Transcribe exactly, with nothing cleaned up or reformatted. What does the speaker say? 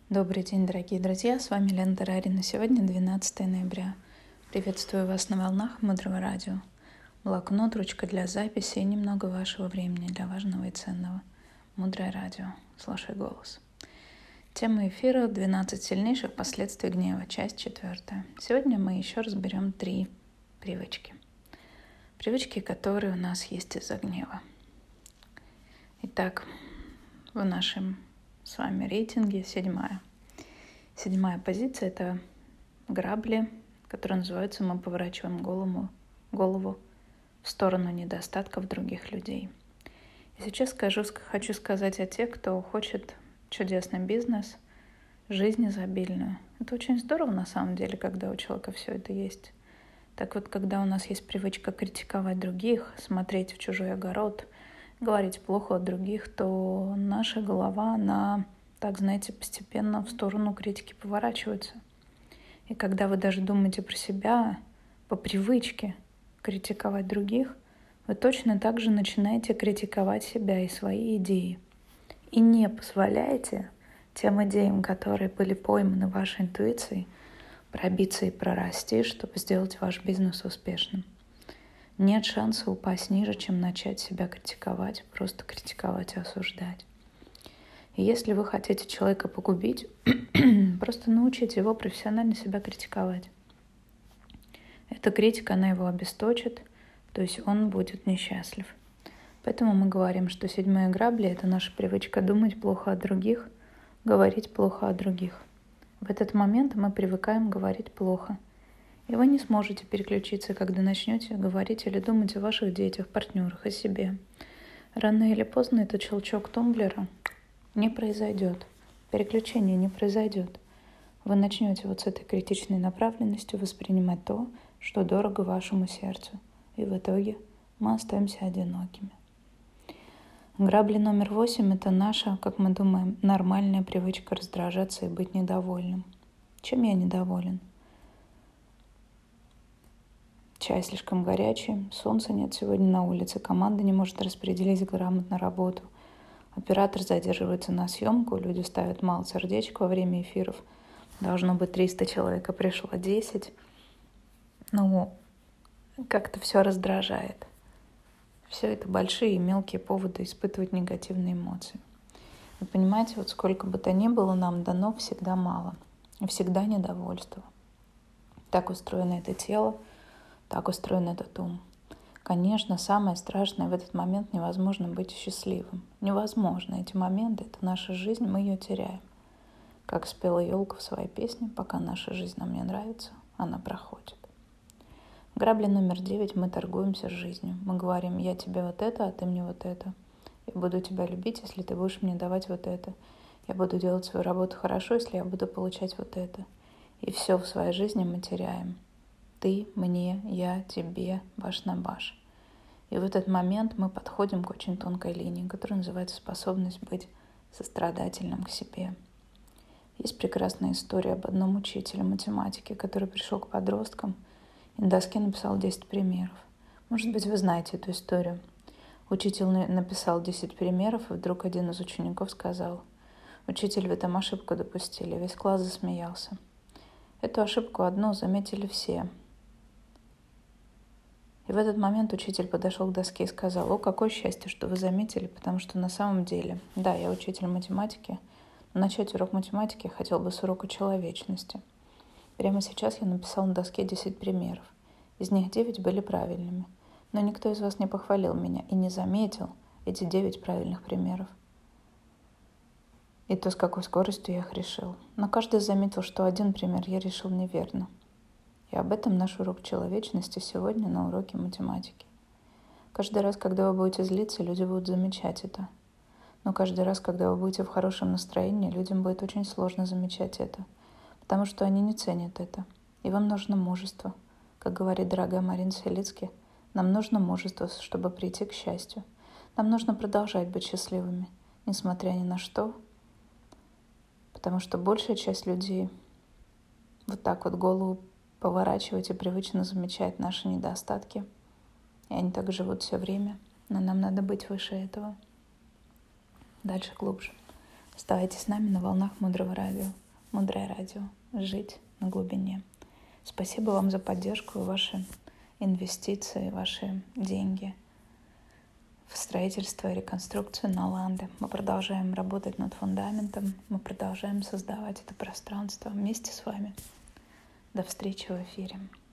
Добрый день, дорогие друзья, с вами Лена Тарарина. Сегодня двенадцатое ноября. Приветствую вас на волнах Мудрого Радио. Блокнот, ручка для записи и немного вашего времени для важного и ценного. Мудрое Радио. Слушай голос. Тема эфира «двенадцать сильнейших последствий гнева», часть четвертая. Сегодня мы еще разберем три привычки. Привычки, которые у нас есть из-за гнева. Итак, в нашем с вами рейтинге седьмая. Седьмая позиция — это грабли, которые называются «Мы поворачиваем голову, голову в сторону недостатков других людей». И сейчас скажу, хочу сказать о тех, кто хочет чудесный бизнес, жизнь изобильную. Это очень здорово на самом деле, когда у человека все это есть. Так вот, когда у нас есть привычка критиковать других, смотреть в чужой огород, говорить плохо о других, то наша голова, она, так знаете, постепенно в сторону критики поворачивается. И когда вы даже думаете про себя по привычке критиковать других, вы точно так же начинаете критиковать себя и свои идеи. И не позволяете тем идеям, которые были пойманы вашей интуицией, пробиться и прорасти, чтобы сделать ваш бизнес успешным. Нет шанса упасть ниже, чем начать себя критиковать, просто критиковать и осуждать. И если вы хотите человека погубить, просто научите его профессионально себя критиковать. Эта критика, она его обесточит, то есть он будет несчастлив. Поэтому мы говорим, что седьмая грабли — это наша привычка думать плохо о других, говорить плохо о других. В этот момент мы привыкаем говорить плохо. И вы не сможете переключиться, когда начнете говорить или думать о ваших детях, партнерах, о себе. Рано или поздно этот щелчок тумблера не произойдет. Переключение не произойдет. Вы начнете вот с этой критичной направленностью воспринимать то, что дорого вашему сердцу. И в итоге мы остаемся одинокими. Грабли номер восемь — это наша, как мы думаем, нормальная привычка раздражаться и быть недовольным. Чем я недоволен? Чай слишком горячий, солнца нет сегодня на улице, команда не может распределить грамотно работу, оператор задерживается на съемку, люди ставят мало сердечек во время эфиров, должно быть триста человек, а пришло десять. Ну, как-то все раздражает. Все это большие и мелкие поводы испытывать негативные эмоции. Вы понимаете, вот сколько бы то ни было нам дано, всегда мало, и всегда недовольство. Так устроено это тело, так устроен этот ум. Конечно, самое страшное в этот момент — невозможно быть счастливым. Невозможно. Эти моменты — это наша жизнь, мы ее теряем. Как спела елка в своей песне: «Пока наша жизнь нам не нравится, она проходит». Грабли номер девять — мы торгуемся с жизнью. Мы говорим: «Я тебе вот это, а ты мне вот это. Я буду тебя любить, если ты будешь мне давать вот это. Я буду делать свою работу хорошо, если я буду получать вот это». И все в своей жизни мы теряем. Ты, мне, я, тебе, баш на баш. И в этот момент мы подходим к очень тонкой линии, которая называется способность быть сострадательным к себе. Есть прекрасная история об одном учителе математики, который пришел к подросткам и на доске написал десять примеров. Может быть, вы знаете эту историю. Учитель написал десять примеров, и вдруг один из учеников сказал: «Учитель, вы там ошибку допустили». Весь класс засмеялся. Эту ошибку одну заметили все. И в этот момент учитель подошел к доске и сказал: «О, какое счастье, что вы заметили, потому что на самом деле, да, я учитель математики, но начать урок математики я хотел бы с урока человечности. Прямо сейчас я написал на доске десять примеров. Из них девять были правильными. Но никто из вас не похвалил меня и не заметил эти девять правильных примеров. И то, с какой скоростью я их решил. Но каждый заметил, что один пример я решил неверно. И об этом наш урок человечности сегодня на уроке математики. Каждый раз, когда вы будете злиться, люди будут замечать это. Но каждый раз, когда вы будете в хорошем настроении, людям будет очень сложно замечать это, потому что они не ценят это. И вам нужно мужество. Как говорит дорогая Марина Селицки, нам нужно мужество, чтобы прийти к счастью. Нам нужно продолжать быть счастливыми, несмотря ни на что, потому что большая часть людей вот так вот голову поворачивать и привычно замечать наши недостатки. И они так живут все время, но нам надо быть выше этого. Дальше глубже. Оставайтесь с нами на волнах Мудрого Радио. Мудрое Радио. Жить на глубине. Спасибо вам за поддержку и ваши инвестиции, ваши деньги в строительство и реконструкцию Наланды. Мы продолжаем работать над фундаментом, мы продолжаем создавать это пространство вместе с вами. До встречи в эфире.